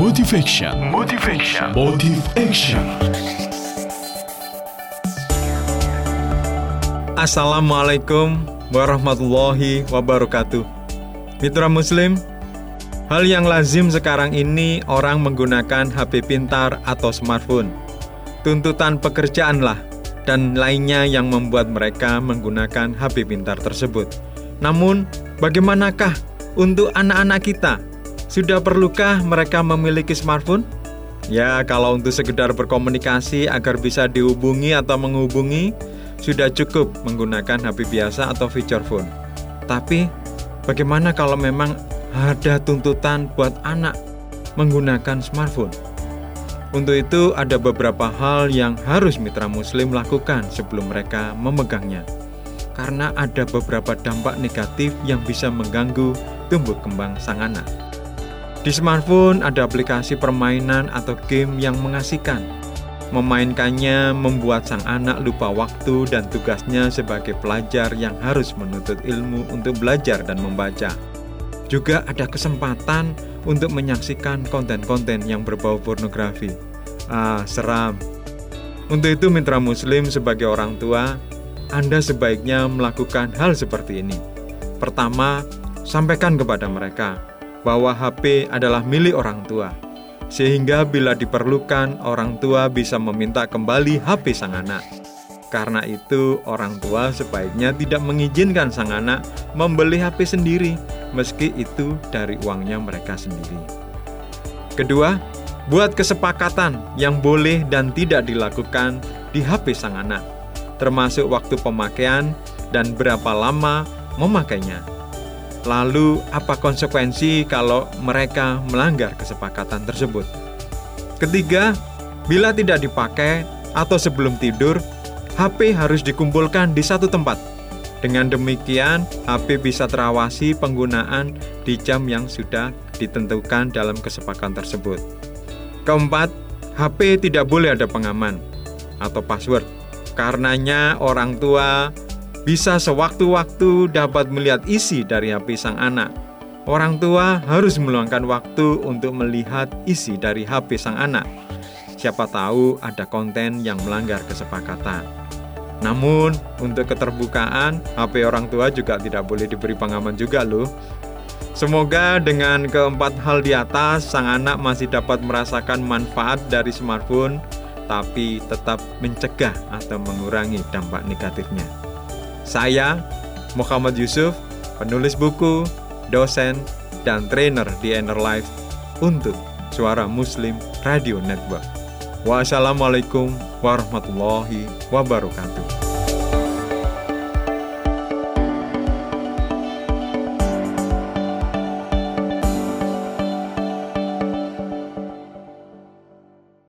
Motivation. Assalamualaikum warahmatullahi wabarakatuh. Mitra Muslim, hal yang lazim sekarang ini orang menggunakan HP pintar atau smartphone. Tuntutan pekerjaanlah dan lainnya yang membuat mereka menggunakan HP pintar tersebut. Namun, bagaimanakah untuk anak-anak kita? Sudah perlukah mereka memiliki smartphone? Ya, kalau untuk sekedar berkomunikasi agar bisa dihubungi atau menghubungi, sudah cukup menggunakan HP biasa atau feature phone. Tapi, bagaimana kalau memang ada tuntutan buat anak menggunakan smartphone? Untuk itu, ada beberapa hal yang harus mitra muslim lakukan sebelum mereka memegangnya. Karena ada beberapa dampak negatif yang bisa mengganggu tumbuh kembang sang anak. Di smartphone ada aplikasi permainan atau game yang mengasihkan. Memainkannya membuat sang anak lupa waktu dan tugasnya sebagai pelajar yang harus menuntut ilmu untuk belajar dan membaca. Juga ada kesempatan untuk menyaksikan konten-konten yang berbau pornografi. Seram. Untuk itu mitra muslim sebagai orang tua, Anda sebaiknya melakukan hal seperti ini. Pertama, sampaikan kepada mereka bahwa HP adalah milik orang tua, sehingga bila diperlukan, orang tua bisa meminta kembali HP sang anak. Karena itu, orang tua sebaiknya tidak mengizinkan sang anak membeli HP sendiri, meski itu dari uangnya mereka sendiri. Kedua, buat kesepakatan yang boleh dan tidak dilakukan di HP sang anak, termasuk waktu pemakaian dan berapa lama memakainya. Lalu, apa konsekuensi kalau mereka melanggar kesepakatan tersebut? Ketiga, bila tidak dipakai atau sebelum tidur, HP harus dikumpulkan di satu tempat. Dengan demikian, HP bisa terawasi penggunaan di jam yang sudah ditentukan dalam kesepakatan tersebut. Keempat, HP tidak boleh ada pengaman atau password. Karenanya, orang tua bisa sewaktu-waktu dapat melihat isi dari HP sang anak. Orang tua harus meluangkan waktu untuk melihat isi dari HP sang anak. Siapa tahu ada konten yang melanggar kesepakatan. Namun, untuk keterbukaan, HP orang tua juga tidak boleh diberi pengaman juga loh. Semoga dengan keempat hal di atas, sang anak masih dapat merasakan manfaat dari smartphone, tapi tetap mencegah atau mengurangi dampak negatifnya. Saya, Muhammad Yusuf, penulis buku, dosen, dan trainer di Inner Life untuk Suara Muslim Radio Network. Wassalamualaikum warahmatullahi wabarakatuh.